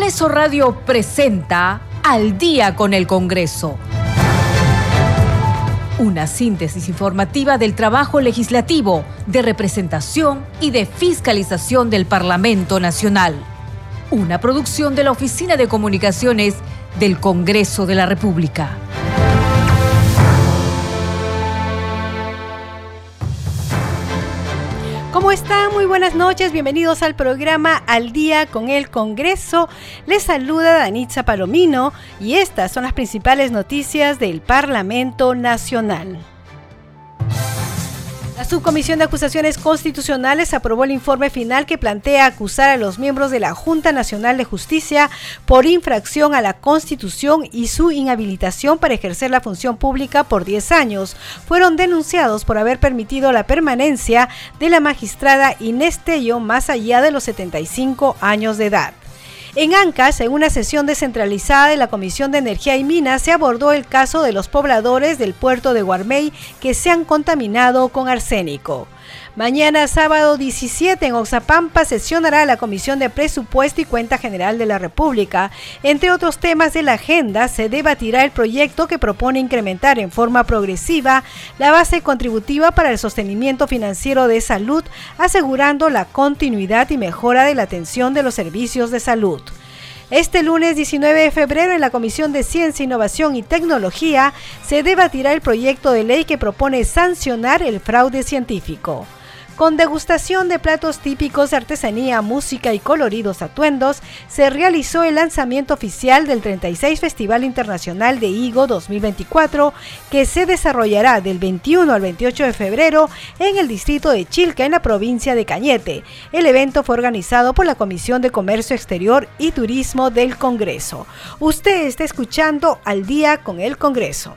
Congreso Radio presenta Al Día con el Congreso. Una síntesis informativa del trabajo legislativo, de representación y de fiscalización del Parlamento Nacional. Una producción de la Oficina de Comunicaciones del Congreso de la República. ¿Cómo están? Muy buenas noches, bienvenidos al programa Al Día con el Congreso. Les saluda Danitza Palomino y estas son las principales noticias del Parlamento Nacional. La Subcomisión de Acusaciones Constitucionales aprobó el informe final que plantea acusar a los miembros de la Junta Nacional de Justicia por infracción a la Constitución y su inhabilitación para ejercer la función pública por 10 años. Fueron denunciados por haber permitido la permanencia de la magistrada Inés Tello más allá de los 75 años de edad. En Ancash, en una sesión descentralizada de la Comisión de Energía y Minas, se abordó el caso de los pobladores del puerto de Guarmey que se han contaminado con arsénico. Mañana, sábado 17, en Oxapampa, sesionará la Comisión de Presupuesto y Cuenta General de la República. Entre otros temas de la agenda, se debatirá el proyecto que propone incrementar en forma progresiva la base contributiva para el sostenimiento financiero de salud, asegurando la continuidad y mejora de la atención de los servicios de salud. Este lunes 19 de febrero en la Comisión de Ciencia, Innovación y Tecnología se debatirá el proyecto de ley que propone sancionar el fraude científico. Con degustación de platos típicos, artesanía, música y coloridos atuendos, se realizó el lanzamiento oficial del 36 Festival Internacional de Higo 2024, que se desarrollará del 21 al 28 de febrero en el distrito de Chilca, en la provincia de Cañete. El evento fue organizado por la Comisión de Comercio Exterior y Turismo del Congreso. Usted está escuchando Al Día con el Congreso.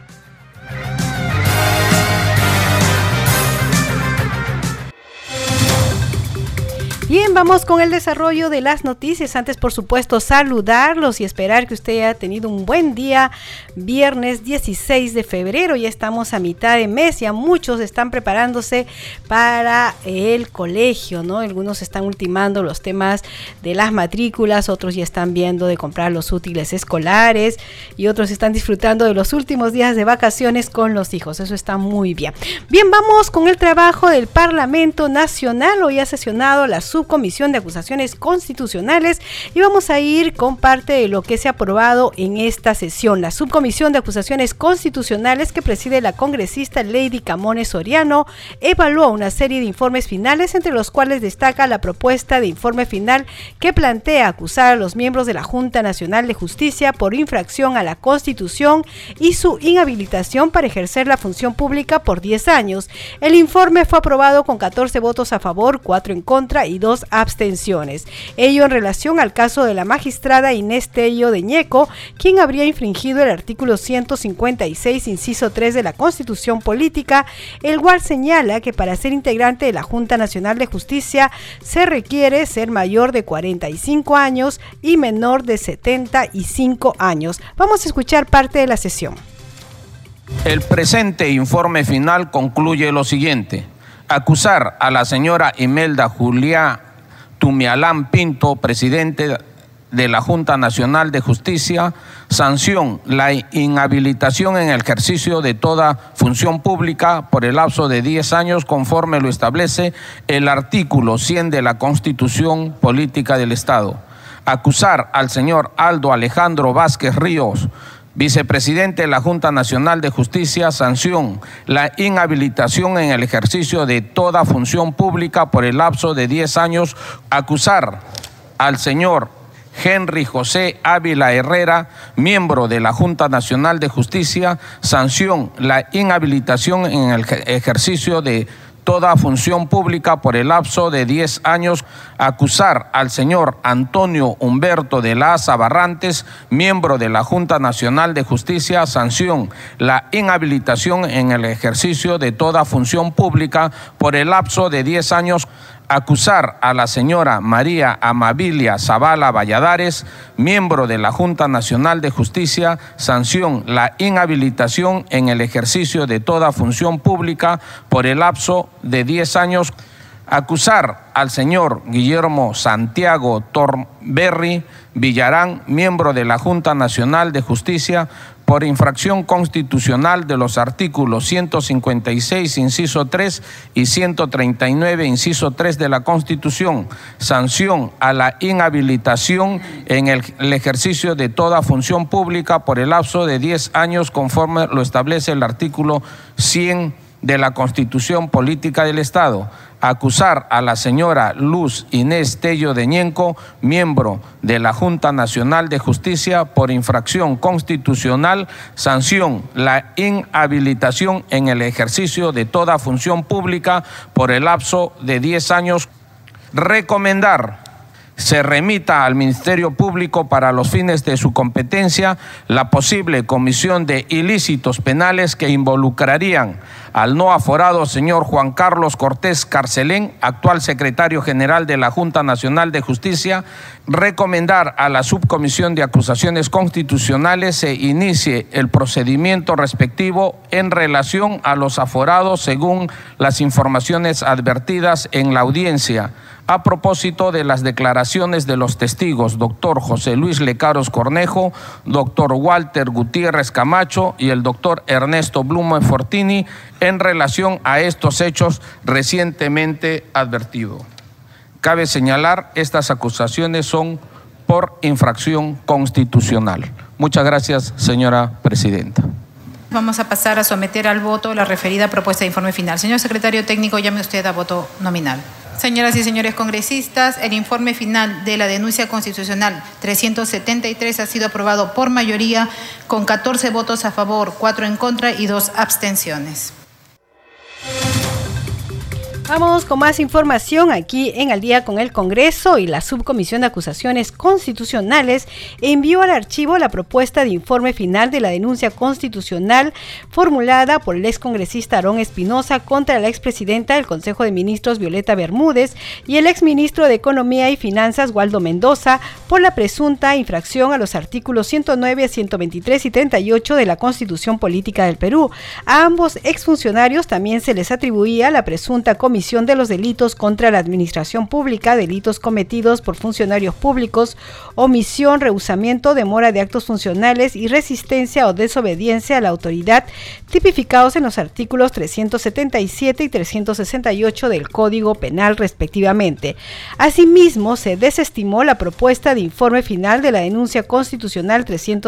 Bien, vamos con el desarrollo de las noticias. Antes, por supuesto, saludarlos y esperar que usted haya tenido un buen día. Viernes 16 de febrero, ya estamos a mitad de mes, ya muchos están preparándose para el colegio, ¿no? Algunos están ultimando los temas de las matrículas, otros ya están viendo de comprar los útiles escolares y otros están disfrutando de los últimos días de vacaciones con los hijos. Eso está muy bien. Bien, vamos con el trabajo del Parlamento Nacional. Hoy ha sesionado la Subcomisión de Acusaciones Constitucionales y vamos a ir con parte de lo que se ha aprobado en esta sesión. La Subcomisión de Acusaciones Constitucionales, que preside la congresista Lady Camones Soriano, evaluó una serie de informes finales, entre los cuales destaca la propuesta de informe final que plantea acusar a los miembros de la Junta Nacional de Justicia por infracción a la Constitución y su inhabilitación para ejercer la función pública por 10 años. El informe fue aprobado con 14 votos a favor, 4 en contra y 2 abstenciones. Ello en relación al caso de la magistrada Inés Tello de Ñeco, quien habría infringido el artículo 156, inciso 3 de la Constitución Política, el cual señala que para ser integrante de la Junta Nacional de Justicia se requiere ser mayor de 45 años y menor de 75 años. Vamos a escuchar parte de la sesión. El presente informe final concluye lo siguiente: acusar a la señora Imelda Julia Tumialán Pinto, presidente de la Junta Nacional de Justicia, sanción: la inhabilitación en el ejercicio de toda función pública por el lapso de 10 años conforme lo establece el artículo 100 de la Constitución Política del Estado. Acusar al señor Aldo Alejandro Vázquez Ríos, vicepresidente de la Junta Nacional de Justicia, sanción: la inhabilitación en el ejercicio de toda función pública por el lapso de 10 años. Acusar al señor Henry José Ávila Herrera, miembro de la Junta Nacional de Justicia, sanción: la inhabilitación en el ejercicio de toda función pública por el lapso de 10 años. Acusar al señor Antonio Humberto de la Asa Barrantes, miembro de la Junta Nacional de Justicia, sanción: la inhabilitación en el ejercicio de toda función pública por el lapso de 10 años. Acusar a la señora María Amabilia Zavala Valladares, miembro de la Junta Nacional de Justicia, sanción: la inhabilitación en el ejercicio de toda función pública por el lapso de 10 años. Acusar al señor Guillermo Santiago Thornberry Villarán, miembro de la Junta Nacional de Justicia, por infracción constitucional de los artículos 156, inciso 3 y 139, inciso 3 de la Constitución, sanción a la inhabilitación en el ejercicio de toda función pública por el lapso de 10 años conforme lo establece el artículo 100 de la Constitución Política del Estado. Acusar a la señora Luz Inés Tello de Ñenco, miembro de la Junta Nacional de Justicia, por infracción constitucional, sanción, la inhabilitación en el ejercicio de toda función pública por el lapso de 10 años. Recomendar se remita al Ministerio Público para los fines de su competencia la posible comisión de ilícitos penales que involucrarían al no aforado señor Juan Carlos Cortés Carcelén, actual secretario general de la Junta Nacional de Justicia. Recomendar a la Subcomisión de Acusaciones Constitucionales se inicie el procedimiento respectivo en relación a los aforados según las informaciones advertidas en la audiencia. A propósito de las declaraciones de los testigos, doctor José Luis Lecaros Cornejo, doctor Walter Gutiérrez Camacho y el doctor Ernesto Blume Fortini, en relación a estos hechos recientemente advertidos. Cabe señalar, estas acusaciones son por infracción constitucional. Muchas gracias, señora presidenta. Vamos a pasar a someter al voto la referida propuesta de informe final. Señor secretario técnico, llame usted a voto nominal. Señoras y señores congresistas, el informe final de la denuncia constitucional 373 ha sido aprobado por mayoría con 14 votos a favor, 4 en contra y 2 abstenciones. Vamos con más información aquí en Al Día con el Congreso. Y la Subcomisión de Acusaciones Constitucionales envió al archivo la propuesta de informe final de la denuncia constitucional formulada por el excongresista Aarón Espinosa contra la expresidenta del Consejo de Ministros Violeta Bermúdez y el exministro de Economía y Finanzas Waldo Mendoza por la presunta infracción a los artículos 109, 123 y 38 de la Constitución Política del Perú. A ambos exfuncionarios también se les atribuía la presunta comisión de los delitos contra la administración pública, delitos cometidos por funcionarios públicos, omisión, rehusamiento, demora de actos funcionales y resistencia o desobediencia a la autoridad, tipificados en los artículos 377 y 368 del Código Penal respectivamente. Asimismo, se desestimó la propuesta de informe final de la denuncia constitucional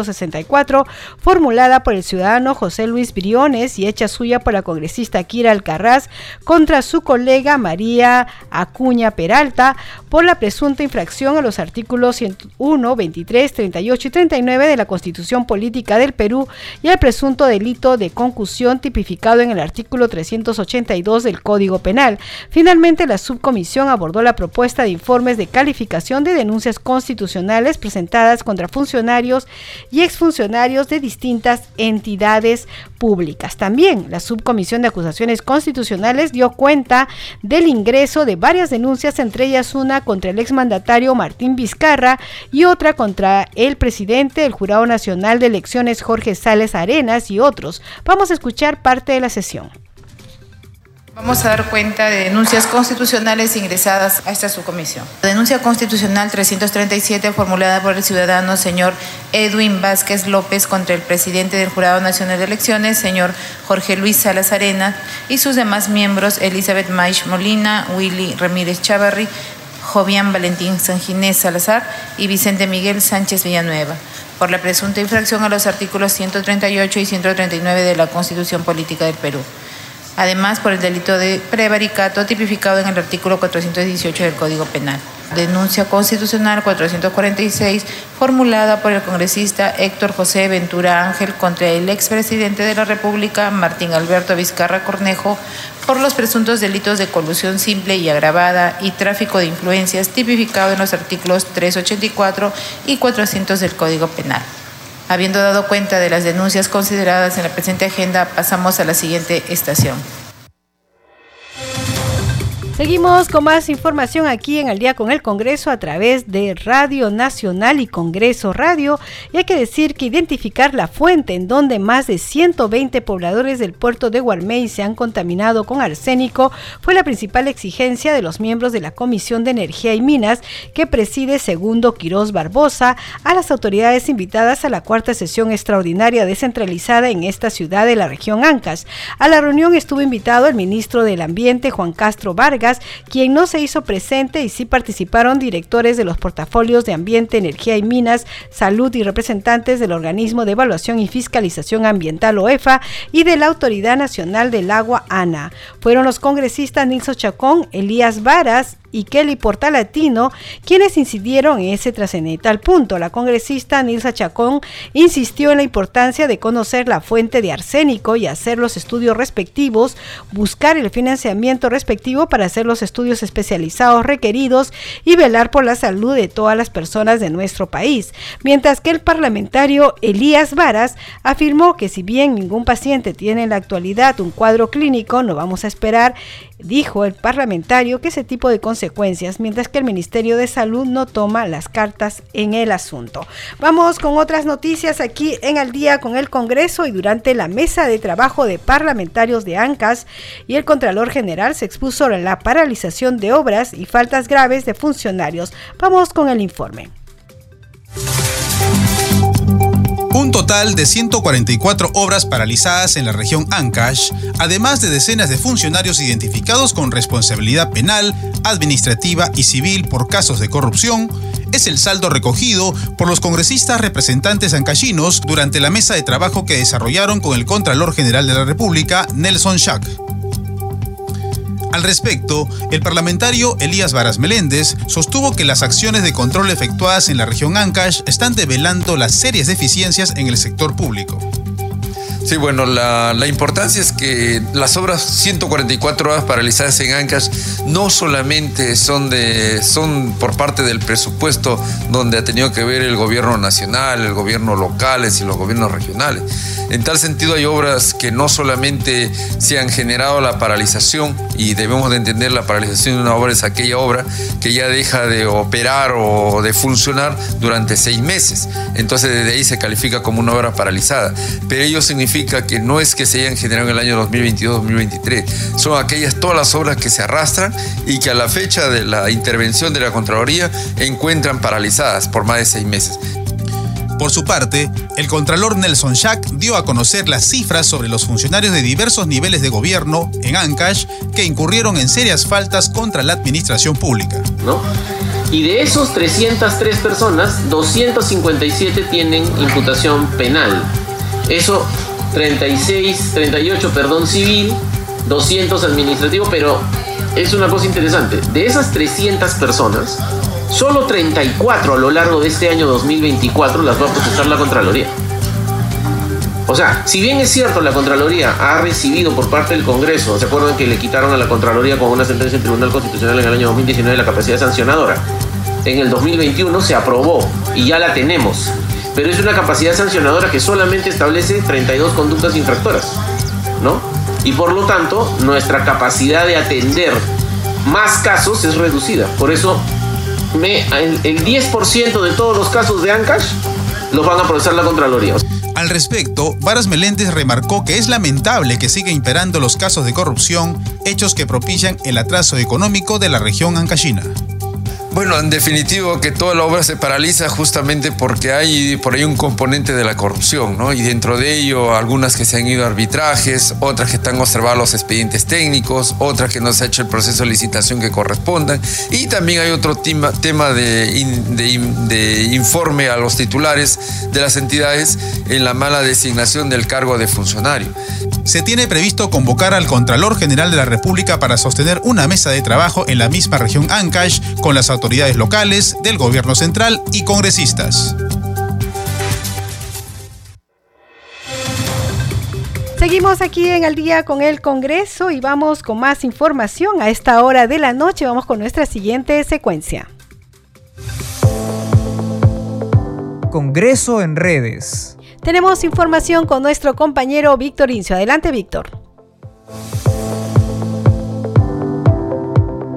364 formulada por el ciudadano José Luis Briones y hecha suya por la congresista Kira Alcarraz contra su colega María Acuña Peralta por la presunta infracción a los artículos 101, 23, 38 y 39 de la Constitución Política del Perú y al presunto delito de concusión tipificado en el artículo 382 del Código Penal. Finalmente, la subcomisión abordó la propuesta de informes de calificación de denuncias constitucionales presentadas contra funcionarios y exfuncionarios de distintas entidades públicas. También la Subcomisión de Acusaciones Constitucionales dio cuenta del ingreso de varias denuncias, entre ellas una contra el exmandatario Martín Vizcarra y otra contra el presidente del Jurado Nacional de Elecciones Jorge Sales Arenas y otros. Vamos a escuchar parte de la sesión. Vamos a dar cuenta de denuncias constitucionales ingresadas a esta subcomisión. La denuncia constitucional 337 formulada por el ciudadano señor Edwin Vázquez López contra el presidente del Jurado Nacional de Elecciones, señor Jorge Luis Salas Arenas, y sus demás miembros, Elizabeth Maish Molina, Willy Ramírez Chavarri, Jovian Valentín Sanginés Salazar y Vicente Miguel Sánchez Villanueva, por la presunta infracción a los artículos 138 y 139 de la Constitución Política del Perú. Además, por el delito de prevaricato tipificado en el artículo 418 del Código Penal. Denuncia constitucional 446, formulada por el congresista Héctor José Ventura Ángel contra el expresidente de la República, Martín Alberto Vizcarra Cornejo, por los presuntos delitos de colusión simple y agravada y tráfico de influencias, tipificado en los artículos 384 y 400 del Código Penal. Habiendo dado cuenta de las denuncias consideradas en la presente agenda, pasamos a la siguiente estación. Seguimos con más información aquí en Al Día con el Congreso a través de Radio Nacional y Congreso Radio. Y hay que decir que identificar la fuente en donde más de 120 pobladores del puerto de Guarmey se han contaminado con arsénico fue la principal exigencia de los miembros de la Comisión de Energía y Minas que preside Segundo Quirós Barbosa a las autoridades invitadas a la cuarta sesión extraordinaria descentralizada en esta ciudad de la región Ancash. A la reunión estuvo invitado el ministro del Ambiente, Juan Castro Vargas, quien no se hizo presente, y sí participaron directores de los portafolios de Ambiente, Energía y Minas, Salud y representantes del Organismo de Evaluación y Fiscalización Ambiental OEFA y de la Autoridad Nacional del Agua ANA. Fueron los congresistas Nilson Chacón, Elías Varas y Kelly Portalatino quienes incidieron en ese trascendental punto. La congresista Nilsa Chacón insistió en la importancia de conocer la fuente de arsénico y hacer los estudios respectivos, buscar el financiamiento respectivo para hacer los estudios especializados requeridos y velar por la salud de todas las personas de nuestro país. Mientras que el parlamentario Elías Varas afirmó que si bien ningún paciente tiene en la actualidad un cuadro clínico, no vamos a esperar, dijo el parlamentario, que ese tipo de consecuencias, mientras que el Ministerio de Salud no toma las cartas en el asunto. Vamos con otras noticias aquí en Al Día con el Congreso. Y durante la mesa de trabajo de parlamentarios de Ancash y el Contralor General se expuso sobre la paralización de obras y faltas graves de funcionarios. Vamos con el informe. Un total de 144 obras paralizadas en la región Ancash, además de decenas de funcionarios identificados con responsabilidad penal, administrativa y civil por casos de corrupción, es el saldo recogido por los congresistas representantes ancachinos durante la mesa de trabajo que desarrollaron con el Contralor General de la República, Nelson Schack. Al respecto, el parlamentario Elías Varas Meléndez sostuvo que las acciones de control efectuadas en la región Ancash están develando las serias deficiencias en el sector público. Sí, bueno, la importancia es que las obras, 144 obras paralizadas en Ancash, no solamente son por parte del presupuesto donde ha tenido que ver el gobierno nacional, el gobierno locales y los gobiernos regionales. En tal sentido, hay obras que no solamente se han generado la paralización, y debemos de entender la paralización de una obra es aquella obra que ya deja de operar o de funcionar durante 6 meses. Entonces, desde ahí se califica como una obra paralizada. Pero ello significa que no es que se hayan generado en el año 2022-2023. Son todas las obras que se arrastran y que a la fecha de la intervención de la Contraloría encuentran paralizadas por más de 6 meses. Por su parte, el Contralor Nelson Schack dio a conocer las cifras sobre los funcionarios de diversos niveles de gobierno en Ancash que incurrieron en serias faltas contra la administración pública. ¿No? Y de esos 303 personas, 257 tienen imputación penal. Eso 38 civil, 200 administrativo, pero es una cosa interesante. De esas 300 personas, solo 34 a lo largo de este año 2024 las va a procesar la Contraloría. O sea, si bien es cierto, la Contraloría ha recibido por parte del Congreso, ¿se acuerdan que le quitaron a la Contraloría con una sentencia del Tribunal Constitucional en el año 2019 la capacidad sancionadora? En el 2021 se aprobó y ya la tenemos. Pero es una capacidad sancionadora que solamente establece 32 conductas infractoras, ¿no? Y por lo tanto, nuestra capacidad de atender más casos es reducida. Por eso, el 10% de todos los casos de Ancash los van a procesar la Contraloría. Al respecto, Varas Meléndez remarcó que es lamentable que siga imperando los casos de corrupción, hechos que propician el atraso económico de la región ancashina. Bueno, en definitivo, que toda la obra se paraliza justamente porque hay por ahí un componente de la corrupción, ¿no? Y dentro de ello, algunas que se han ido a arbitrajes, otras que están observados los expedientes técnicos, otras que no se ha hecho el proceso de licitación que correspondan. Y también hay otro tema de informe a los titulares de las entidades en la mala designación del cargo de funcionario. Se tiene previsto convocar al Contralor General de la República para sostener una mesa de trabajo en la misma región Ancash con las autoridades locales, del gobierno central y congresistas. Seguimos aquí en Al Día con el Congreso y vamos con más información. A esta hora de la noche vamos con nuestra siguiente secuencia. Congreso en redes. Tenemos información con nuestro compañero Víctor Incio. Adelante, Víctor.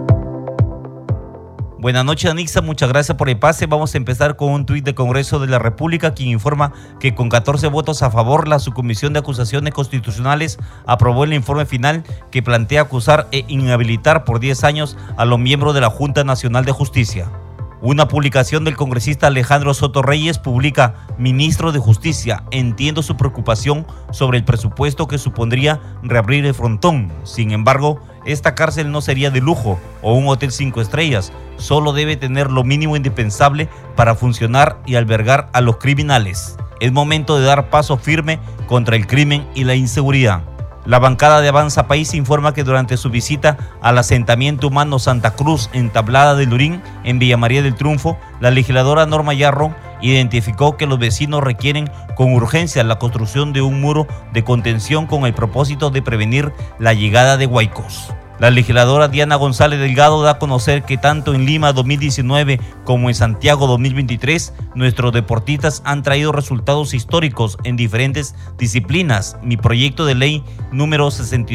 Buenas noches, Anixa, muchas gracias por el pase. Vamos a empezar con un tuit del Congreso de la República, quien informa que con 14 votos a favor, la Subcomisión de Acusaciones Constitucionales aprobó el informe final que plantea acusar e inhabilitar por 10 años a los miembros de la Junta Nacional de Justicia. Una publicación del congresista Alejandro Soto Reyes publica: Ministro de Justicia, entiendo su preocupación sobre el presupuesto que supondría reabrir el frontón. Sin embargo, esta cárcel no sería de lujo o un hotel 5 estrellas, solo debe tener lo mínimo indispensable para funcionar y albergar a los criminales. Es momento de dar paso firme contra el crimen y la inseguridad. La bancada de Avanza País informa que durante su visita al asentamiento humano Santa Cruz en Tablada de Lurín, en Villa María del Triunfo, la legisladora Norma Yarro identificó que los vecinos requieren con urgencia la construcción de un muro de contención con el propósito de prevenir la llegada de huaicos. La legisladora Diana González Delgado da a conocer que tanto en Lima 2019 como en Santiago 2023, nuestros deportistas han traído resultados históricos en diferentes disciplinas. Mi proyecto de ley número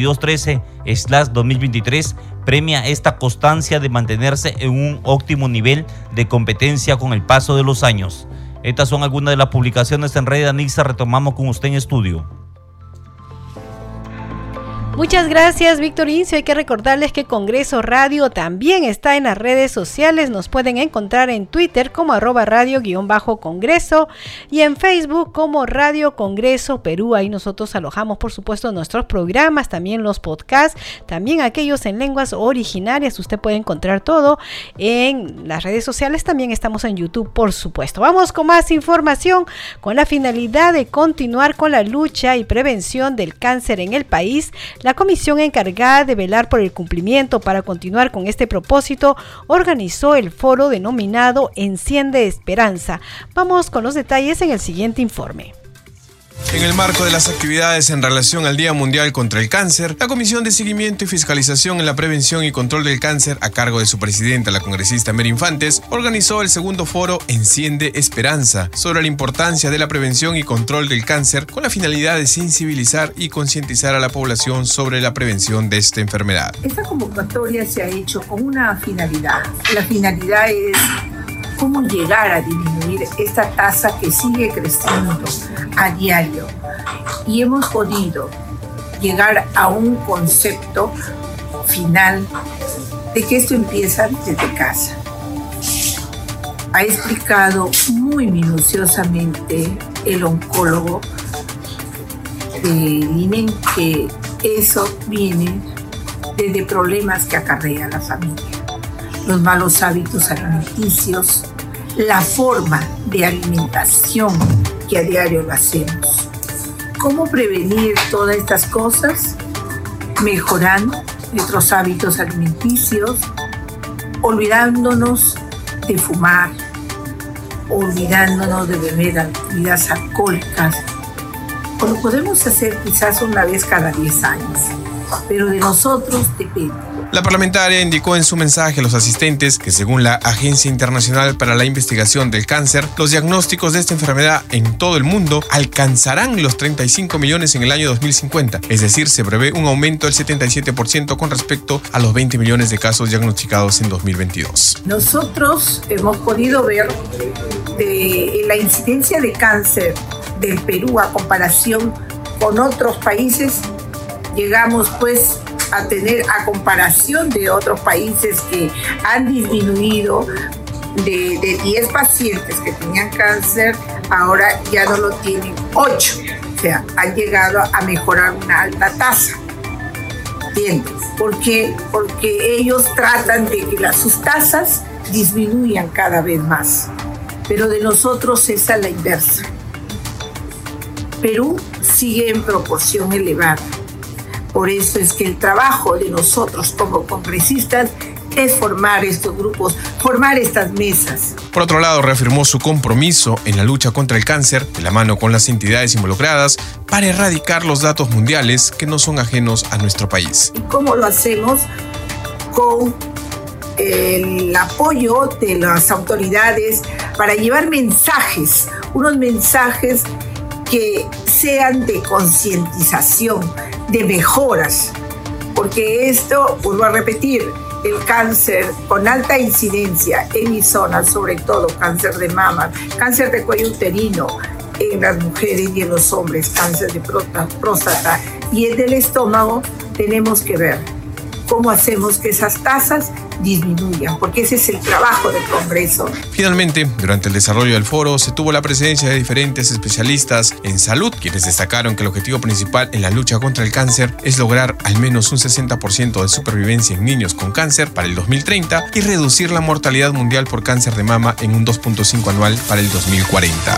6213/2023 premia esta constancia de mantenerse en un óptimo nivel de competencia con el paso de los años. Estas son algunas de las publicaciones en red. Anixa, retomamos con usted en estudio. Muchas gracias, Víctor Incio. Hay que recordarles que Congreso Radio también está en las redes sociales. Nos pueden encontrar en Twitter como @radio_congreso y en Facebook como Radio Congreso Perú. Ahí nosotros alojamos, por supuesto, nuestros programas, también los podcasts, también aquellos en lenguas originarias. Usted puede encontrar todo en las redes sociales. También estamos en YouTube, por supuesto. Vamos con más información con la finalidad de continuar con la lucha y prevención del cáncer en el país. La comisión encargada de velar por el cumplimiento para continuar con este propósito organizó el foro denominado Enciende Esperanza. Vamos con los detalles en el siguiente informe. En el marco de las actividades en relación al Día Mundial contra el Cáncer, la Comisión de Seguimiento y Fiscalización en la Prevención y Control del Cáncer, a cargo de su presidenta, la congresista Mary Infantes, organizó el segundo foro Enciende Esperanza sobre la importancia de la prevención y control del cáncer, con la finalidad de sensibilizar y concientizar a la población sobre la prevención de esta enfermedad. Esta convocatoria se ha hecho con una finalidad. La finalidad es cómo llegar a disminuir esta tasa que sigue creciendo a diario. Y hemos podido llegar a un concepto final de que esto empieza desde casa. Ha explicado muy minuciosamente el oncólogo del INEN que eso viene desde problemas que acarrea la familia. Los malos hábitos alimenticios, la forma de alimentación que a diario lo hacemos. ¿Cómo prevenir todas estas cosas? Mejorando nuestros hábitos alimenticios, olvidándonos de fumar, olvidándonos de beber bebidas alcohólicas. O lo podemos hacer quizás una vez cada 10 años, pero de nosotros depende. La parlamentaria indicó en su mensaje a los asistentes que, según la Agencia Internacional para la Investigación del Cáncer, los diagnósticos de esta enfermedad en todo el mundo alcanzarán los 35 millones en el año 2050. Es decir, se prevé un aumento del 77% con respecto a los 20 millones de casos diagnosticados en 2022. Nosotros hemos podido ver la incidencia de cáncer del Perú a comparación con otros países. Llegamos pues a tener, a comparación de otros países que han disminuido de 10 pacientes que tenían cáncer, ahora ya no lo tienen 8. O sea, han llegado a mejorar una alta tasa. ¿Entiendes? ¿Por qué? Porque ellos tratan de que sus tasas disminuyan cada vez más. Pero de nosotros es a la inversa. Perú sigue en proporción elevada. Por eso es que el trabajo de nosotros como congresistas es formar estos grupos, formar estas mesas. Por otro lado, reafirmó su compromiso en la lucha contra el cáncer, de la mano con las entidades involucradas, para erradicar los datos mundiales que no son ajenos a nuestro país. ¿Y cómo lo hacemos? Con el apoyo de las autoridades para llevar mensajes, unos mensajes que sean de concientización, de mejoras, porque esto, vuelvo a repetir, el cáncer con alta incidencia en mi zona, sobre todo cáncer de mama, cáncer de cuello uterino en las mujeres y en los hombres, cáncer de próstata y el del estómago, tenemos que ver cómo hacemos que esas tasas disminuyan, porque ese es el trabajo del Congreso. Finalmente, durante el desarrollo del foro, se tuvo la presencia de diferentes especialistas en salud, quienes destacaron que el objetivo principal en la lucha contra el cáncer es lograr al menos un 60% de supervivencia en niños con cáncer para el 2030 y reducir la mortalidad mundial por cáncer de mama en un 2.5 anual para el 2040.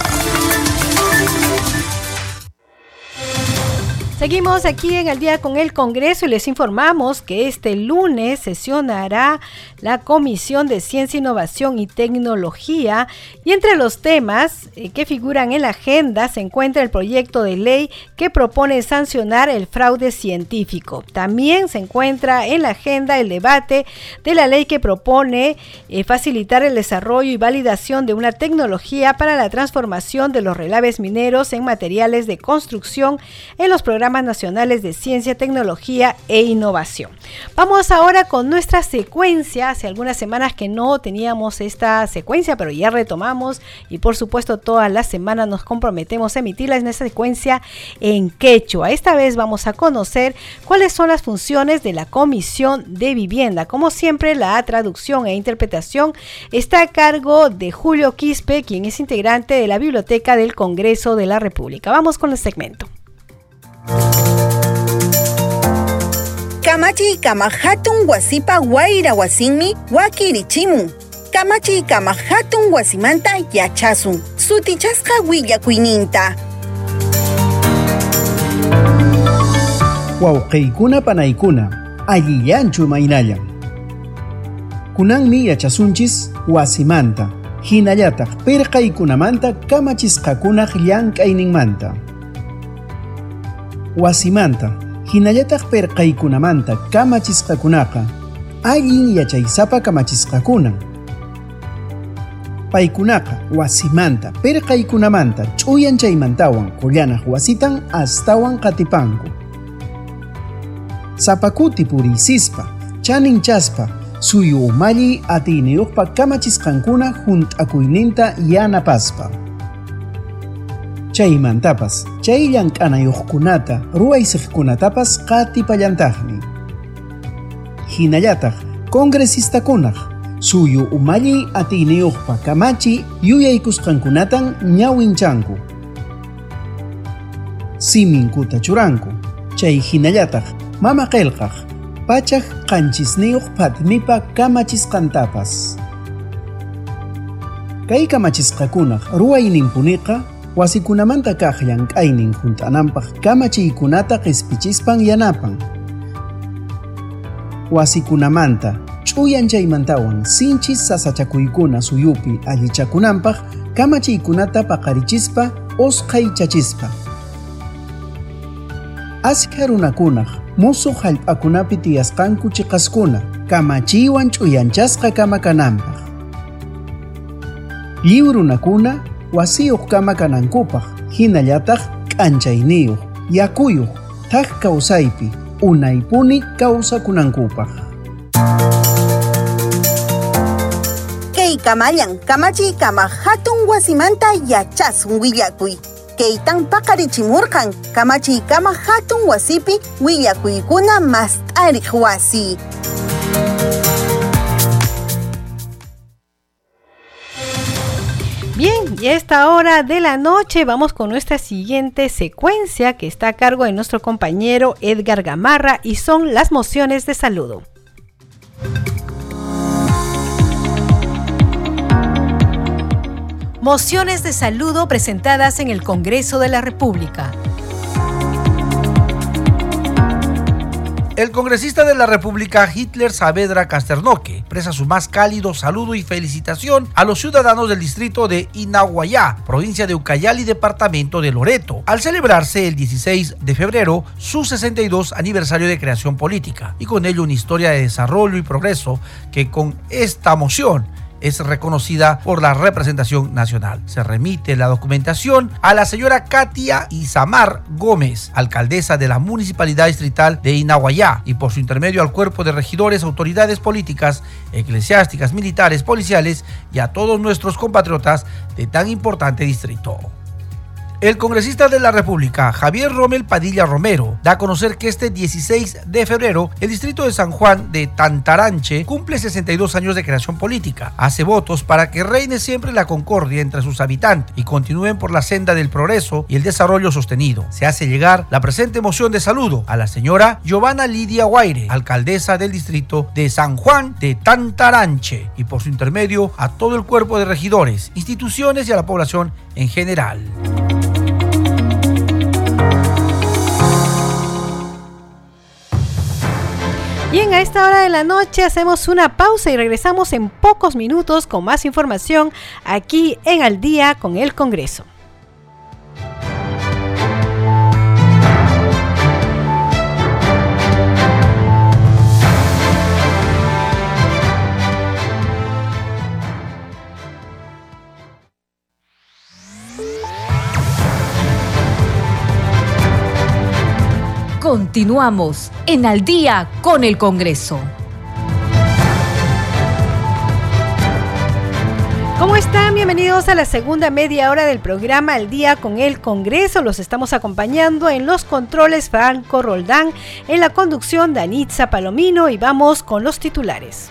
Seguimos aquí en Al Día con el Congreso y les informamos que este lunes sesionará la Comisión de Ciencia, Innovación y Tecnología y entre los temas que figuran en la agenda se encuentra el proyecto de ley que propone sancionar el fraude científico. También se encuentra en la agenda el debate de la ley que propone facilitar el desarrollo y validación de una tecnología para la transformación de los relaves mineros en materiales de construcción en los programas nacionales de ciencia, tecnología e innovación. Vamos ahora con nuestra secuencia. Hace algunas semanas que no teníamos esta secuencia, pero ya retomamos y por supuesto todas las semanas nos comprometemos a emitirla en esta secuencia en quechua. Esta vez vamos a conocer cuáles son las funciones de la Comisión de Vivienda. Como siempre, la traducción e interpretación está a cargo de Julio Quispe, quien es integrante de la Biblioteca del Congreso de la República. Vamos con el segmento. Kamachi kama hatun wasipa waira wasinmi wakirichimun. Kamachi kama hatun wasimanta yachasun. Sutichasqa willakuyninta. Wawqiykuna panaykuna allillanchu maynallan. Kunanmi yachasunchis wasimanta. Hinallataq pirqaykunamanta kamachisqakunaq llank'ayninmanta. Wasimanta, hinallataq pirqaykunamanta kamachisqakunaqa allin yachaysapa kamachisqakunan. Paykunaqa wasimanta pirqaykunamanta ch'uyan chaymantawan qullanaq wasitan astawan qatipanku. Sapakuti purisispa, chaninchaspa, suyu umalli atiniyuqpa kamachisqankuna junt'akuyninta yanapaspa. Chaymantapas, chay llank'anayuqkunata ruwaysiqkunatapas qatipallantaqmi. Hinallataq congresistakuna suyu umalli atiniyuqpa kamachi yuyaykusqankunatan ñawinchanku. Siminkuta churanku, chay hinallataq mama qillqaq pachaq qanchisniyuq phatnipa kamachisqantapas. Kay kamachisqakunaq ruwayninpuniqa wasikunamanta kaq llank'aynin hunt'ananpaq kamachiykunata qispichispan yanapan. Wasikunamanta ch'uyan chaymantawan sinchis sasachakuykuna suyupi allichakunanpaq kamachiykunata paqarichispa usqaychachispa. Askha runakunaq musuq hallp'akunapi tiyasqanku chiqaskuna kamachiywan ch'uyanchasqa kamakananpaq. Lliw runakuna wasiyuq kama kanankupaq, hinallataq k'anchayniyuq, yakuyuq, thaq kawsaypi, unaypuni kawsakunankupaq. Kay kamallan kamachiy kama hatun wasimanta yachasun willakuy. Kaytan paqarichimurqan kamachiy kama hatun wasipi willakuykuna mast'ariq wasi. Bien, y a esta hora de la noche vamos con nuestra siguiente secuencia que está a cargo de nuestro compañero Edgar Gamarra y son las mociones de saludo. Mociones de saludo presentadas en el Congreso de la República. El congresista de la República, Hitler Saavedra Casternoque, expresa su más cálido saludo y felicitación a los ciudadanos del distrito de Inahuayá, provincia de Ucayali, departamento de Loreto, al celebrarse el 16 de febrero su 62 aniversario de creación política, y con ello una historia de desarrollo y progreso que con esta moción es reconocida por la representación nacional. Se remite la documentación a la señora Katia Isamar Gómez, alcaldesa de la Municipalidad Distrital de Inahuayá, y por su intermedio al cuerpo de regidores, autoridades políticas, eclesiásticas, militares, policiales y a todos nuestros compatriotas de tan importante distrito. El congresista de la República, Javier Rommel Padilla Romero, da a conocer que este 16 de febrero el distrito de San Juan de Tantaranche cumple 62 años de creación política. Hace votos para que reine siempre la concordia entre sus habitantes y continúen por la senda del progreso y el desarrollo sostenido. Se hace llegar la presente moción de saludo a la señora Giovanna Lidia Guaire, alcaldesa del distrito de San Juan de Tantaranche, y por su intermedio a todo el cuerpo de regidores, instituciones y a la población en general. Bien, a esta hora de la noche hacemos una pausa y regresamos en pocos minutos con más información aquí en Al Día con el Congreso. Continuamos en Al Día con el Congreso. ¿Cómo están? Bienvenidos a la segunda media hora del programa Al Día con el Congreso. Los estamos acompañando en los controles Franco Roldán, en la conducción Danitza Palomino, y vamos con los titulares.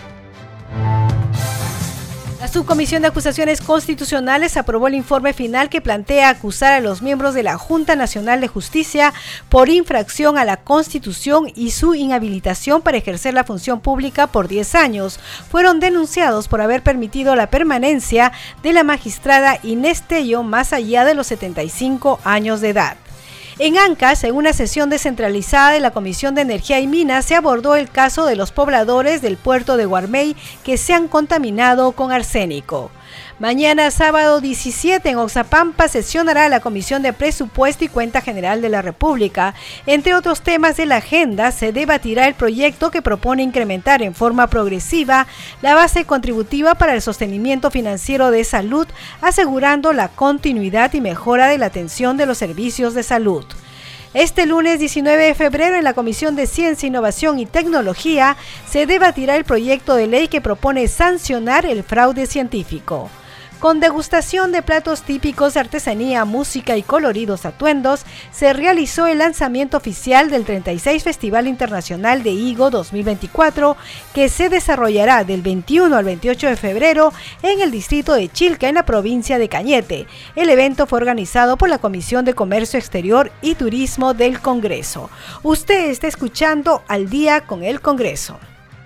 La Subcomisión de Acusaciones Constitucionales aprobó el informe final que plantea acusar a los miembros de la Junta Nacional de Justicia por infracción a la Constitución y su inhabilitación para ejercer la función pública por 10 años. Fueron denunciados por haber permitido la permanencia de la magistrada Inés Tello más allá de los 75 años de edad. En Ancash, en una sesión descentralizada de la Comisión de Energía y Minas, se abordó el caso de los pobladores del puerto de Guarmey que se han contaminado con arsénico. Mañana, sábado 17, en Oxapampa, sesionará la Comisión de Presupuesto y Cuenta General de la República. Entre otros temas de la agenda, se debatirá el proyecto que propone incrementar en forma progresiva la base contributiva para el sostenimiento financiero de salud, asegurando la continuidad y mejora de la atención de los servicios de salud. Este lunes 19 de febrero en la Comisión de Ciencia, Innovación y Tecnología se debatirá el proyecto de ley que propone sancionar el fraude científico. Con degustación de platos típicos de artesanía, música y coloridos atuendos, se realizó el lanzamiento oficial del 36 Festival Internacional de Higo 2024, que se desarrollará del 21 al 28 de febrero en el distrito de Chilca, en la provincia de Cañete. El evento fue organizado por la Comisión de Comercio Exterior y Turismo del Congreso. Usted está escuchando Al Día con el Congreso.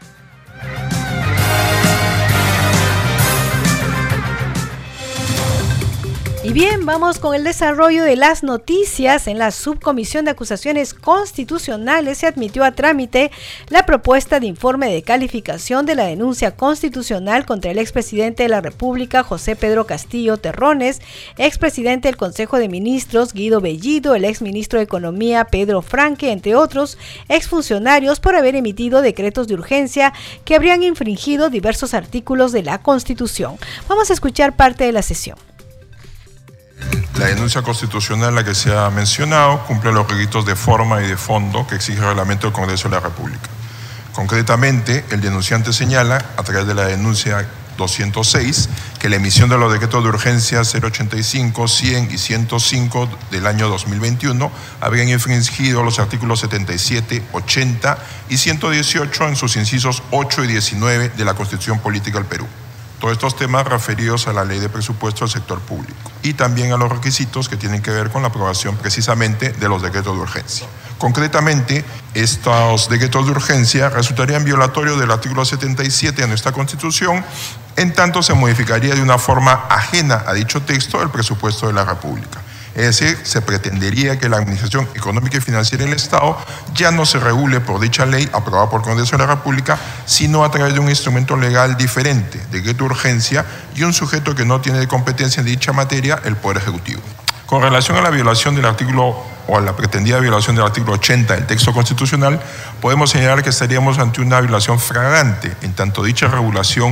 Y bien, vamos con el desarrollo de las noticias. En la Subcomisión de Acusaciones Constitucionales se admitió a trámite la propuesta de informe de calificación de la denuncia constitucional contra el expresidente de la República, José Pedro Castillo Terrones, expresidente del Consejo de Ministros, Guido Bellido, el exministro de Economía, Pedro Franque, entre otros exfuncionarios, por haber emitido decretos de urgencia que habrían infringido diversos artículos de la Constitución. Vamos a escuchar parte de la sesión. La denuncia constitucional, la que se ha mencionado, cumple los requisitos de forma y de fondo que exige el reglamento del Congreso de la República. Concretamente, el denunciante señala, a través de la denuncia 206, que la emisión de los decretos de urgencia 085, 100 y 105 del año 2021 habrían infringido los artículos 77, 80 y 118 en sus incisos 8 y 19 de la Constitución Política del Perú. Todos estos temas referidos a la ley de presupuesto del sector público y también a los requisitos que tienen que ver con la aprobación precisamente de los decretos de urgencia. Concretamente, estos decretos de urgencia resultarían violatorios del artículo 77 de nuestra Constitución, en tanto se modificaría de una forma ajena a dicho texto el presupuesto de la República. Es decir, se pretendería que la administración económica y financiera del Estado ya no se regule por dicha ley aprobada por el Congreso de la República, sino a través de un instrumento legal diferente, decreto de urgencia, y un sujeto que no tiene de competencia en dicha materia, el Poder Ejecutivo. Con relación a la violación del artículo o a la pretendida violación del artículo 80 del texto constitucional, podemos señalar que estaríamos ante una violación flagrante, en tanto dicha regulación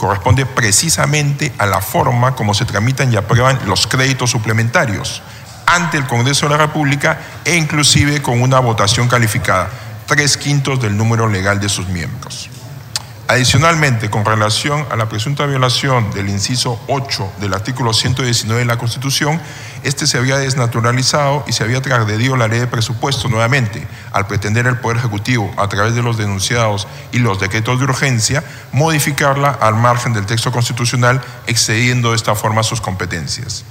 corresponde precisamente a la forma como se tramitan y aprueban los créditos suplementarios ante el Congreso de la República e inclusive con una votación calificada, 3/5 del número legal de sus miembros. Adicionalmente, con relación a la presunta violación del inciso 8 del artículo 119 de la Constitución, este se había desnaturalizado y se había transgredido la ley de presupuesto nuevamente, al pretender el Poder Ejecutivo, a través de los denunciados y los decretos de urgencia, modificarla al margen del texto constitucional, excediendo de esta forma sus competencias.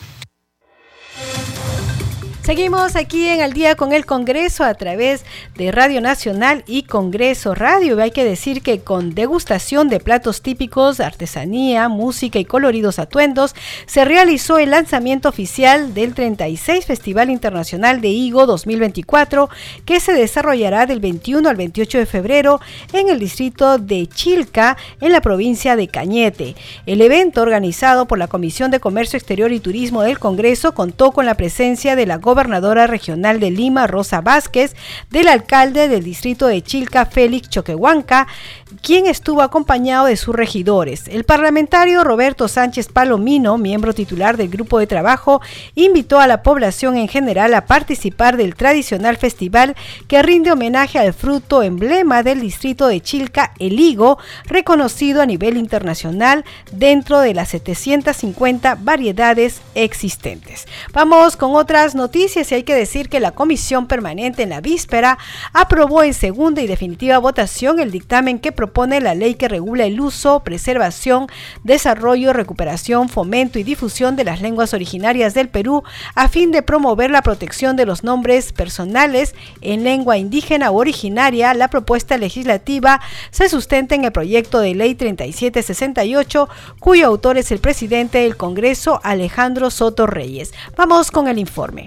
Seguimos aquí en Al Día con el Congreso a través de Radio Nacional y Congreso Radio. Hay que decir que con degustación de platos típicos, artesanía, música y coloridos atuendos, se realizó el lanzamiento oficial del 36 Festival Internacional de Higo 2024, que se desarrollará del 21 al 28 de febrero en el distrito de Chilca, en la provincia de Cañete. El evento, organizado por la Comisión de Comercio Exterior y Turismo del Congreso, contó con la presencia de la gobernadora regional de Lima, Rosa Vázquez, del alcalde del distrito de Chilca, Félix Choquehuanca, quien estuvo acompañado de sus regidores. El parlamentario Roberto Sánchez Palomino, miembro titular del grupo de trabajo, invitó a la población en general a participar del tradicional festival que rinde homenaje al fruto emblema del distrito de Chilca, el higo, reconocido a nivel internacional dentro de las 750 variedades existentes. Vamos con otras noticias y hay que decir que la Comisión Permanente en la víspera aprobó en segunda y definitiva votación el dictamen que propone la ley que regula el uso, preservación, desarrollo, recuperación, fomento y difusión de las lenguas originarias del Perú a fin de promover la protección de los nombres personales en lengua indígena u originaria. La propuesta legislativa se sustenta en el proyecto de ley 3768, cuyo autor es el presidente del Congreso, Alejandro Soto Reyes. Vamos con el informe.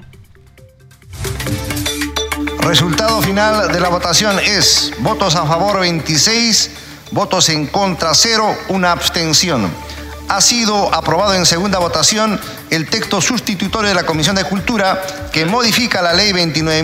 Resultado final de la votación es votos a favor 26, votos en contra 0, una abstención. Ha sido aprobado en segunda votación el texto sustitutorio de la Comisión de Cultura que modifica la ley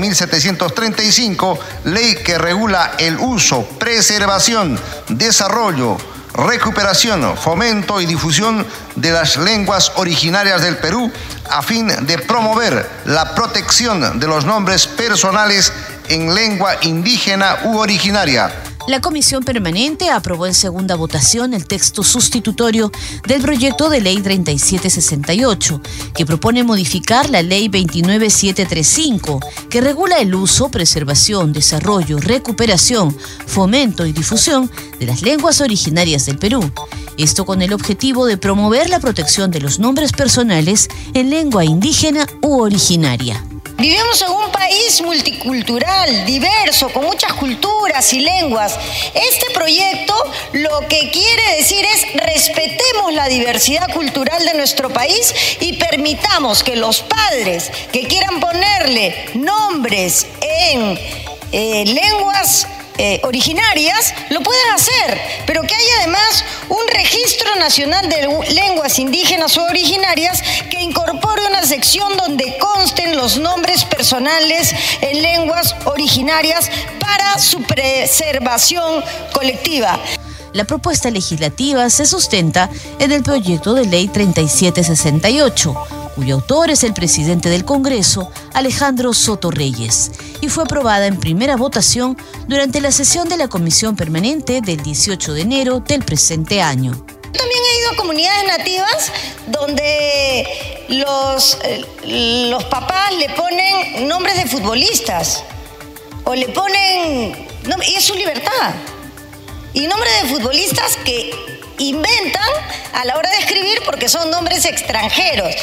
29.735, ley que regula el uso, preservación, desarrollo, recuperación, fomento y difusión de las lenguas originarias del Perú a fin de promover la protección de los nombres personales en lengua indígena u originaria. La Comisión Permanente aprobó en segunda votación el texto sustitutorio del proyecto de ley 3768, que propone modificar la ley 29735, que regula el uso, preservación, desarrollo, recuperación, fomento y difusión de las lenguas originarias del Perú. Esto con el objetivo de promover la protección de los nombres personales en lengua indígena u originaria. Vivimos en un país multicultural, diverso, con muchas culturas y lenguas. Este proyecto lo que quiere decir es respetemos la diversidad cultural de nuestro país y permitamos que los padres que quieran ponerle nombres en lenguas originarias lo pueden hacer, pero que haya además un registro nacional de lenguas indígenas o originarias que incorpore una sección donde consten los nombres personales en lenguas originarias para su preservación colectiva. La propuesta legislativa se sustenta en el proyecto de ley 3768, cuyo autor es el presidente del Congreso, Alejandro Soto Reyes, y fue aprobada en primera votación durante la sesión de la Comisión Permanente del 18 de enero del presente año. También he ido a comunidades nativas donde los papás le ponen nombres de futbolistas o le ponen, y es su libertad, y nombres de futbolistas que inventan a la hora de escribir porque son nombres extranjeros.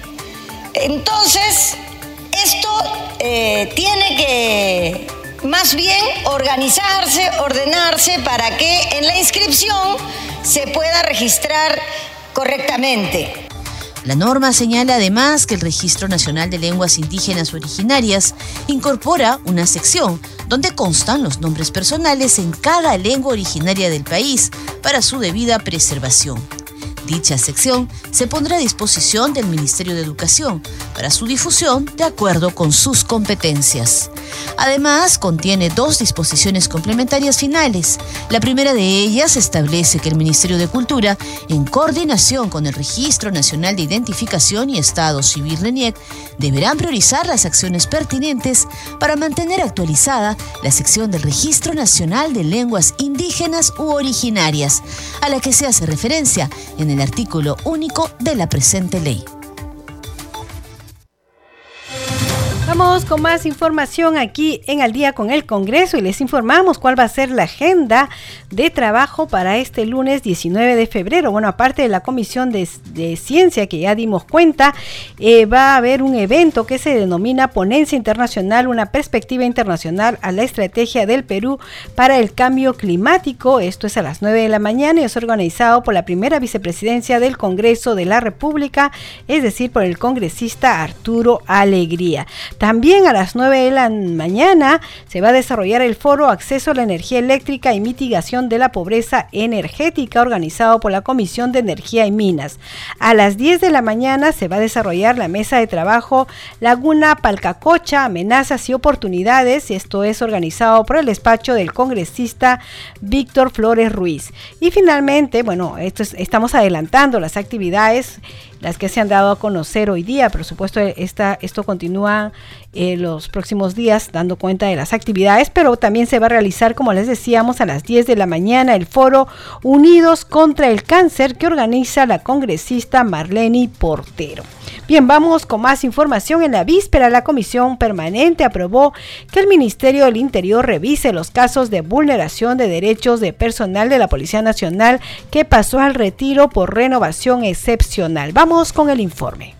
Entonces, esto tiene que más bien organizarse, ordenarse para que en la inscripción se pueda registrar correctamente. La norma señala además que el Registro Nacional de Lenguas Indígenas Originarias incorpora una sección donde constan los nombres personales en cada lengua originaria del país para su debida preservación. Dicha sección se pondrá a disposición del Ministerio de Educación para su difusión de acuerdo con sus competencias. Además, contiene 2 disposiciones complementarias finales. La primera de ellas establece que el Ministerio de Cultura, en coordinación con el Registro Nacional de Identificación y Estado Civil RENIEC, deberán priorizar las acciones pertinentes para mantener actualizada la sección del Registro Nacional de Lenguas Indígenas u Originarias, a la que se hace referencia en el artículo único de la presente ley. Vamos con más información aquí en Al Día con el Congreso y les informamos cuál va a ser la agenda de trabajo para este lunes 19 de febrero. Bueno, aparte de la Comisión de Ciencia que ya dimos cuenta, va a haber un evento que se denomina Ponencia Internacional, una perspectiva internacional a la estrategia del Perú para el cambio climático. Esto es a las 9 de la mañana y es organizado por la primera vicepresidencia del Congreso de la República, es decir, por el congresista Arturo Alegría. También a las 9 de la mañana se va a desarrollar el foro Acceso a la Energía Eléctrica y Mitigación de la Pobreza Energética, organizado por la Comisión de Energía y Minas. A las 10 de la mañana se va a desarrollar la mesa de trabajo Laguna Palcacocha, Amenazas y Oportunidades, y esto es organizado por el despacho del congresista Víctor Flores Ruiz. Y finalmente, bueno, estamos adelantando las actividades, las que se han dado a conocer hoy día. Por supuesto, esto continúa los próximos días dando cuenta de las actividades, pero también se va a realizar, como les decíamos, a las 10 de la mañana el foro Unidos contra el Cáncer que organiza la congresista Marlene Portero. Bien, vamos con más información. En la víspera, la Comisión Permanente aprobó que el Ministerio del Interior revise los casos de vulneración de derechos de personal de la Policía Nacional que pasó al retiro por renovación excepcional. Vamos con el informe.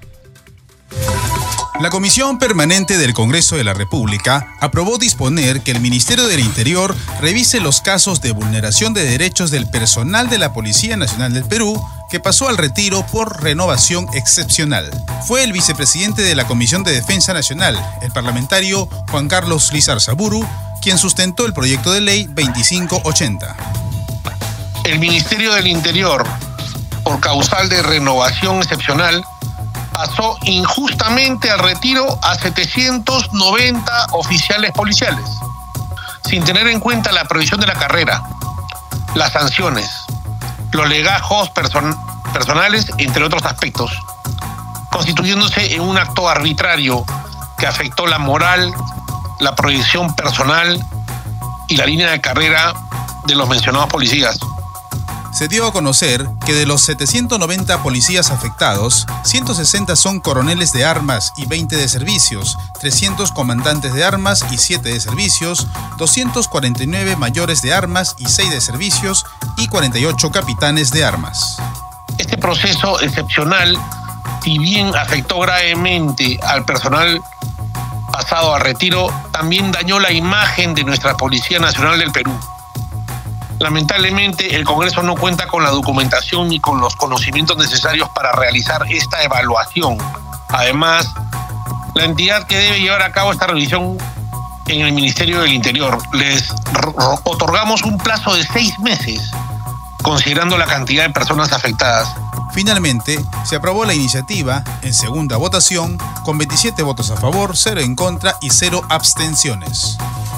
La Comisión Permanente del Congreso de la República aprobó disponer que el Ministerio del Interior revise los casos de vulneración de derechos del personal de la Policía Nacional del Perú que pasó al retiro por renovación excepcional. Fue el vicepresidente de la Comisión de Defensa Nacional, el parlamentario Juan Carlos Lizarzaburu, quien sustentó el proyecto de ley 2580. El Ministerio del Interior, por causal de renovación excepcional, pasó injustamente al retiro a 790 oficiales policiales, sin tener en cuenta la previsión de la carrera, las sanciones, los legajos personales, entre otros aspectos, constituyéndose en un acto arbitrario que afectó la moral, la proyección personal y la línea de carrera de los mencionados policías. Se dio a conocer que de los 790 policías afectados, 160 son coroneles de armas y 20 de servicios, 300 comandantes de armas y 7 de servicios, 249 mayores de armas y 6 de servicios y 48 capitanes de armas. Este proceso excepcional, si bien afectó gravemente al personal pasado a retiro, también dañó la imagen de nuestra Policía Nacional del Perú. Lamentablemente, el Congreso no cuenta con la documentación ni con los conocimientos necesarios para realizar esta evaluación. Además, la entidad que debe llevar a cabo esta revisión en el Ministerio del Interior, les otorgamos un plazo de 6 meses, considerando la cantidad de personas afectadas. Finalmente, se aprobó la iniciativa en segunda votación con 27 votos a favor, 0 en contra y 0 abstenciones.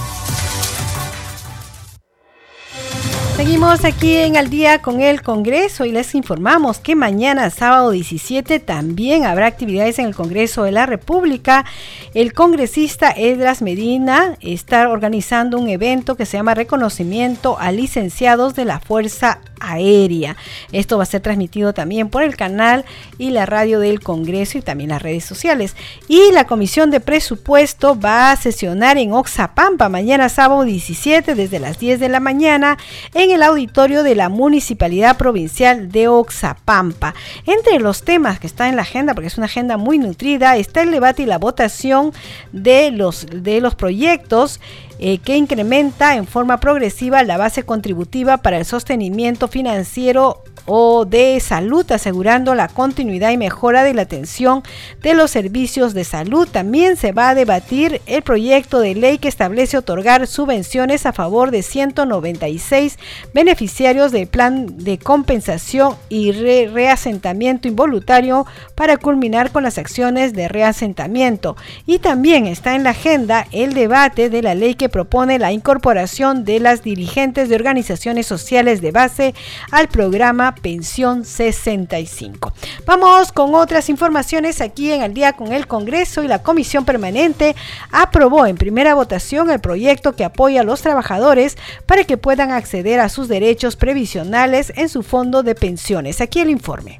Seguimos aquí en Al Día con el Congreso y les informamos que mañana, sábado 17, también habrá actividades en el Congreso de la República. El congresista Esdras Medina está organizando un evento que se llama Reconocimiento a Licenciados de la Fuerza Aérea. Esto va a ser transmitido también por el canal y la radio del Congreso y también las redes sociales. Y la Comisión de Presupuesto va a sesionar en Oxapampa mañana, sábado 17, desde las 10 de la mañana en el auditorio de la Municipalidad Provincial de Oxapampa. Entre los temas que están en la agenda, porque es una agenda muy nutrida, está el debate y la votación de los proyectos que incrementa en forma progresiva la base contributiva para el sostenimiento financiero o de salud, asegurando la continuidad y mejora de la atención de los servicios de salud. También se va a debatir el proyecto de ley que establece otorgar subvenciones a favor de 196 beneficiarios del plan de compensación y reasentamiento involuntario para culminar con las acciones de reasentamiento. Y también está en la agenda el debate de la ley que propone la incorporación de las dirigentes de organizaciones sociales de base al programa Pensión 65. Vamos con otras informaciones aquí en Al Día con el Congreso. Y la Comisión Permanente aprobó en primera votación el proyecto que apoya a los trabajadores para que puedan acceder a sus derechos previsionales en su fondo de pensiones. Aquí el informe.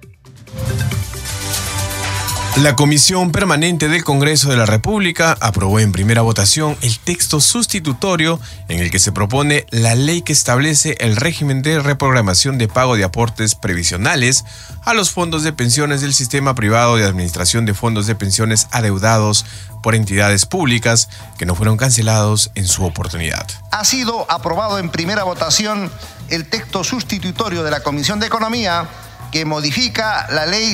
La Comisión Permanente del Congreso de la República aprobó en primera votación el texto sustitutorio en el que se propone la ley que establece el régimen de reprogramación de pago de aportes previsionales a los fondos de pensiones del sistema privado de administración de fondos de pensiones adeudados por entidades públicas que no fueron cancelados en su oportunidad. Ha sido aprobado en primera votación el texto sustitutorio de la Comisión de Economía que modifica la ley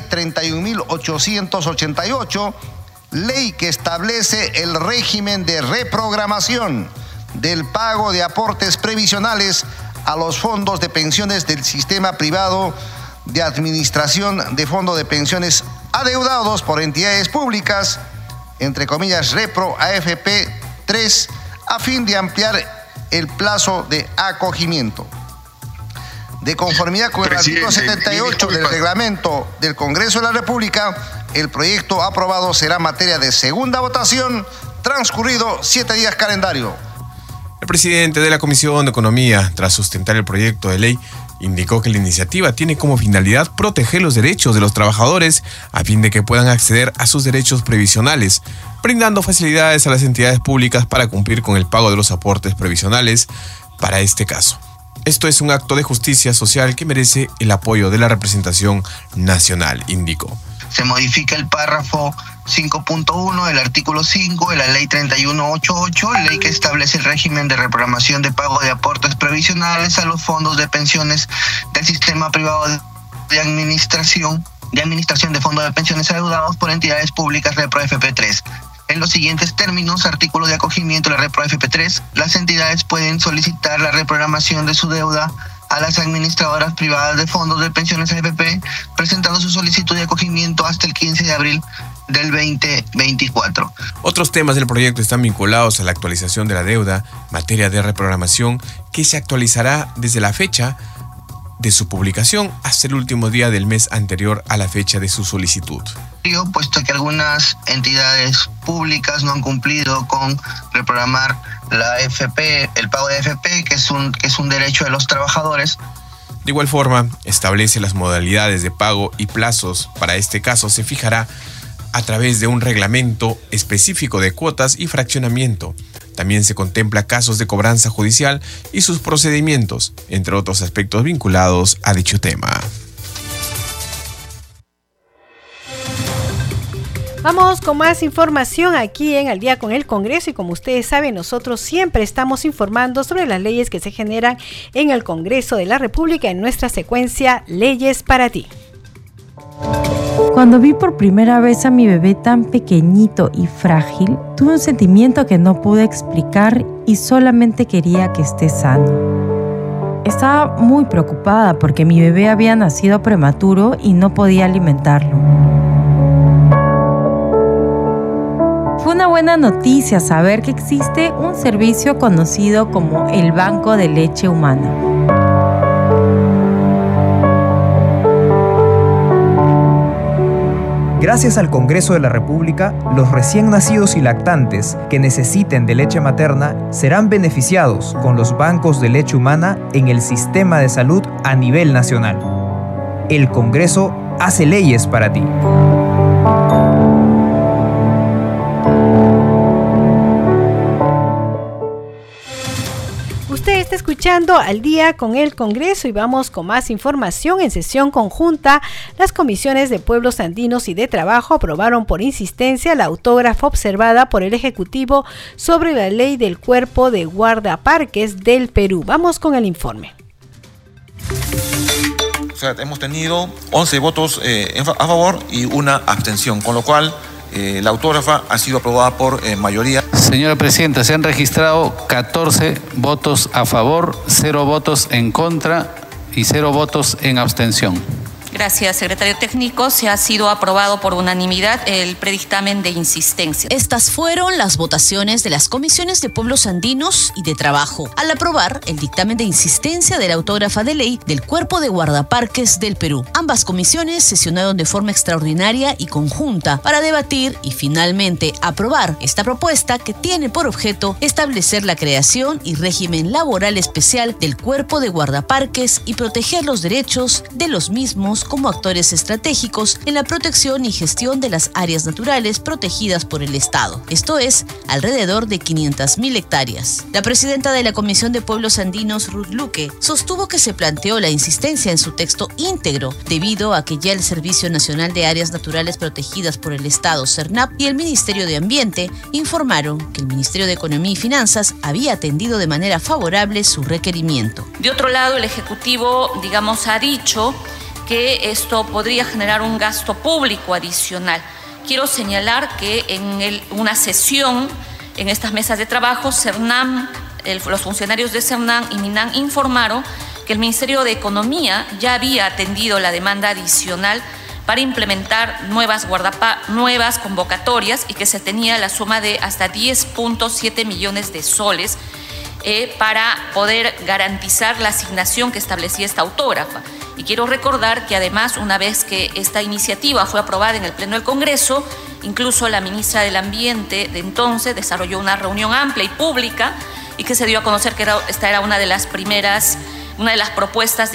31.888, ley que establece el régimen de reprogramación del pago de aportes previsionales a los fondos de pensiones del sistema privado de administración de fondos de pensiones adeudados por entidades públicas, entre comillas repro AFP 3, a fin de ampliar el plazo de acogimiento. De conformidad con el artículo 78 del reglamento del Congreso de la República, el proyecto aprobado será materia de segunda votación, transcurrido 7 días calendario. El presidente de la Comisión de Economía, tras sustentar el proyecto de ley, indicó que la iniciativa tiene como finalidad proteger los derechos de los trabajadores a fin de que puedan acceder a sus derechos previsionales, brindando facilidades a las entidades públicas para cumplir con el pago de los aportes previsionales para este caso. Esto es un acto de justicia social que merece el apoyo de la representación nacional, indicó. Se modifica el párrafo 5.1 del artículo 5 de la ley 3188, ley que establece el régimen de reprogramación de pago de aportes previsionales a los fondos de pensiones del sistema privado de administración de fondos de pensiones adeudados por entidades públicas repro FP3. En los siguientes términos, artículo de acogimiento de la repro FP3, las entidades pueden solicitar la reprogramación de su deuda a las administradoras privadas de fondos de pensiones AFP, presentando su solicitud de acogimiento hasta el 15 de abril del 2024. Otros temas del proyecto están vinculados a la actualización de la deuda, materia de reprogramación, que se actualizará desde la fecha de su publicación hasta el último día del mes anterior a la fecha de su solicitud. Puesto que algunas entidades públicas no han cumplido con reprogramar la AFP, el pago de AFP, que es un derecho de los trabajadores. De igual forma, establece las modalidades de pago y plazos. Para este caso se fijará a través de un reglamento específico de cuotas y fraccionamiento. También se contempla casos de cobranza judicial y sus procedimientos, entre otros aspectos vinculados a dicho tema. Vamos con más información aquí en Al Día con el Congreso, y como ustedes saben, nosotros siempre estamos informando sobre las leyes que se generan en el Congreso de la República en nuestra secuencia Leyes para ti. Cuando vi por primera vez a mi bebé tan pequeñito y frágil, tuve un sentimiento que no pude explicar y solamente quería que esté sano. Estaba muy preocupada porque mi bebé había nacido prematuro y no podía alimentarlo. Fue una buena noticia saber que existe un servicio conocido como el Banco de Leche Humana. Gracias al Congreso de la República, los recién nacidos y lactantes que necesiten de leche materna serán beneficiados con los bancos de leche humana en el sistema de salud a nivel nacional. El Congreso hace leyes para ti. Está escuchando Al Día con el Congreso y vamos con más información. En sesión conjunta, las comisiones de Pueblos Andinos y de Trabajo aprobaron por insistencia la autógrafa observada por el Ejecutivo sobre la ley del Cuerpo de Guardaparques del Perú. Vamos con el informe. O sea, hemos tenido 11 votos a favor y una abstención, con lo cual la autógrafa ha sido aprobada por mayoría. Señora Presidenta, se han registrado 14 votos a favor, 0 votos en contra y 0 votos en abstención. Gracias, secretario técnico. Se ha sido aprobado por unanimidad el predictamen de insistencia. Estas fueron las votaciones de las comisiones de Pueblos Andinos y de Trabajo al aprobar el dictamen de insistencia de la autógrafa de ley del Cuerpo de Guardaparques del Perú. Ambas comisiones sesionaron de forma extraordinaria y conjunta para debatir y finalmente aprobar esta propuesta que tiene por objeto establecer la creación y régimen laboral especial del Cuerpo de Guardaparques y proteger los derechos de los mismos como actores estratégicos en la protección y gestión de las áreas naturales protegidas por el Estado. Esto es, alrededor de 500.000 hectáreas. La presidenta de la Comisión de Pueblos Andinos, Ruth Luque, sostuvo que se planteó la insistencia en su texto íntegro, debido a que ya el Servicio Nacional de Áreas Naturales Protegidas por el Estado, SERNAP, y el Ministerio de Ambiente informaron que el Ministerio de Economía y Finanzas había atendido de manera favorable su requerimiento. De otro lado, el Ejecutivo, ha dicho que esto podría generar un gasto público adicional. Quiero señalar que en una sesión en estas mesas de trabajo, CERNAM, los funcionarios de CERNAM y MINAM informaron que el Ministerio de Economía ya había atendido la demanda adicional para implementar nuevas convocatorias y que se tenía la suma de hasta 10.7 millones de soles para poder garantizar la asignación que establecía esta autógrafa. Y quiero recordar que además, una vez que esta iniciativa fue aprobada en el Pleno del Congreso, incluso la ministra del Ambiente de entonces desarrolló una reunión amplia y pública y que se dio a conocer que esta era una de las propuestas,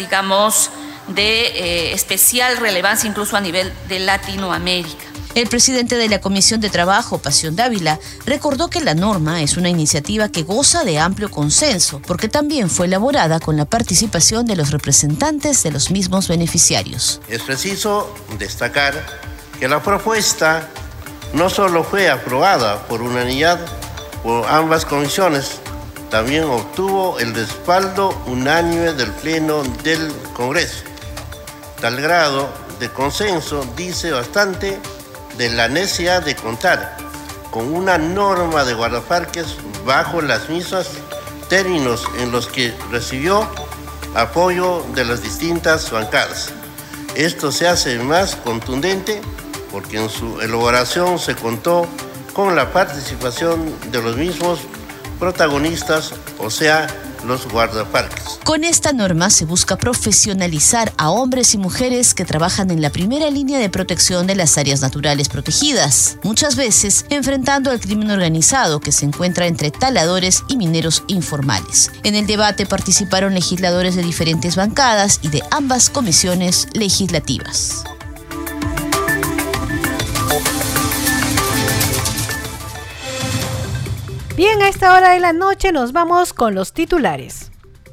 de especial relevancia incluso a nivel de Latinoamérica. El presidente de la Comisión de Trabajo, Pasión Dávila, recordó que la norma es una iniciativa que goza de amplio consenso, porque también fue elaborada con la participación de los representantes de los mismos beneficiarios. Es preciso destacar que la propuesta no solo fue aprobada por unanimidad por ambas comisiones, también obtuvo el respaldo unánime del Pleno del Congreso. Tal grado de consenso dice bastante de la necesidad de contar con una norma de guardaparques bajo los mismos términos en los que recibió apoyo de las distintas bancadas. Esto se hace más contundente porque en su elaboración se contó con la participación de los mismos protagonistas, o sea, los guardaparques. Con esta norma se busca profesionalizar a hombres y mujeres que trabajan en la primera línea de protección de las áreas naturales protegidas, muchas veces enfrentando al crimen organizado que se encuentra entre taladores y mineros informales. En el debate participaron legisladores de diferentes bancadas y de ambas comisiones legislativas. Bien, a esta hora de la noche nos vamos con los titulares.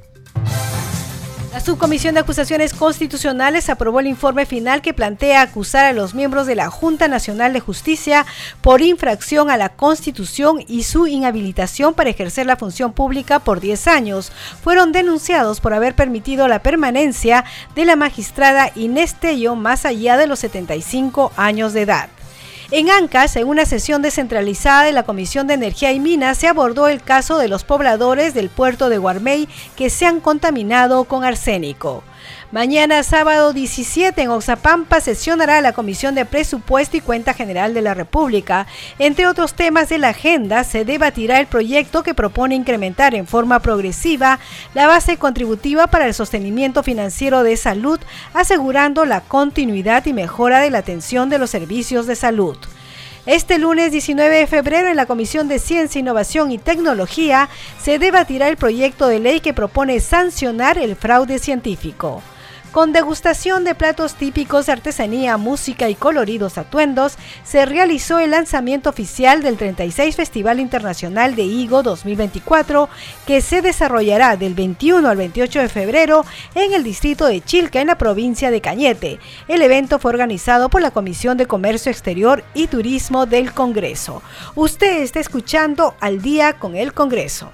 La Subcomisión de Acusaciones Constitucionales aprobó el informe final que plantea acusar a los miembros de la Junta Nacional de Justicia por infracción a la Constitución y su inhabilitación para ejercer la función pública por 10 años. Fueron denunciados por haber permitido la permanencia de la magistrada Inés Tello más allá de los 75 años de edad. En Ancash, en una sesión descentralizada de la Comisión de Energía y Minas, se abordó el caso de los pobladores del puerto de Guarmey que se han contaminado con arsénico. Mañana, sábado 17, en Oxapampa, sesionará la Comisión de Presupuesto y Cuenta General de la República. Entre otros temas de la agenda, se debatirá el proyecto que propone incrementar en forma progresiva la base contributiva para el sostenimiento financiero de salud, asegurando la continuidad y mejora de la atención de los servicios de salud. Este lunes 19 de febrero, en la Comisión de Ciencia, Innovación y Tecnología, se debatirá el proyecto de ley que propone sancionar el fraude científico. Con degustación de platos típicos, artesanía, música y coloridos atuendos, se realizó el lanzamiento oficial del 36 Festival Internacional de Higo 2024, que se desarrollará del 21 al 28 de febrero en el distrito de Chilca, en la provincia de Cañete. El evento fue organizado por la Comisión de Comercio Exterior y Turismo del Congreso. Usted está escuchando Al Día con el Congreso.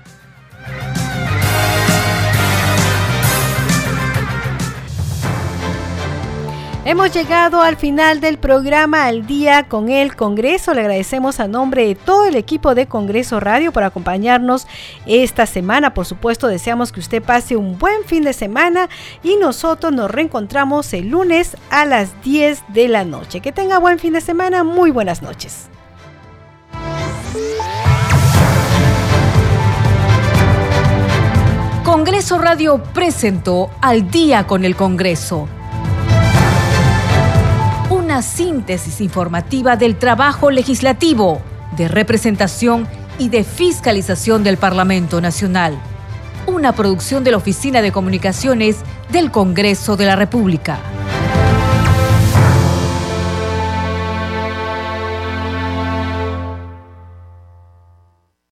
Hemos llegado al final del programa Al Día con el Congreso. Le agradecemos a nombre de todo el equipo de Congreso Radio por acompañarnos esta semana. Por supuesto, deseamos que usted pase un buen fin de semana y nosotros nos reencontramos el lunes a las 10 de la noche. Que tenga buen fin de semana. Muy buenas noches. Congreso Radio presentó Al Día con el Congreso. Una síntesis informativa del trabajo legislativo, de representación y de fiscalización del Parlamento Nacional. Una producción de la Oficina de Comunicaciones del Congreso de la República.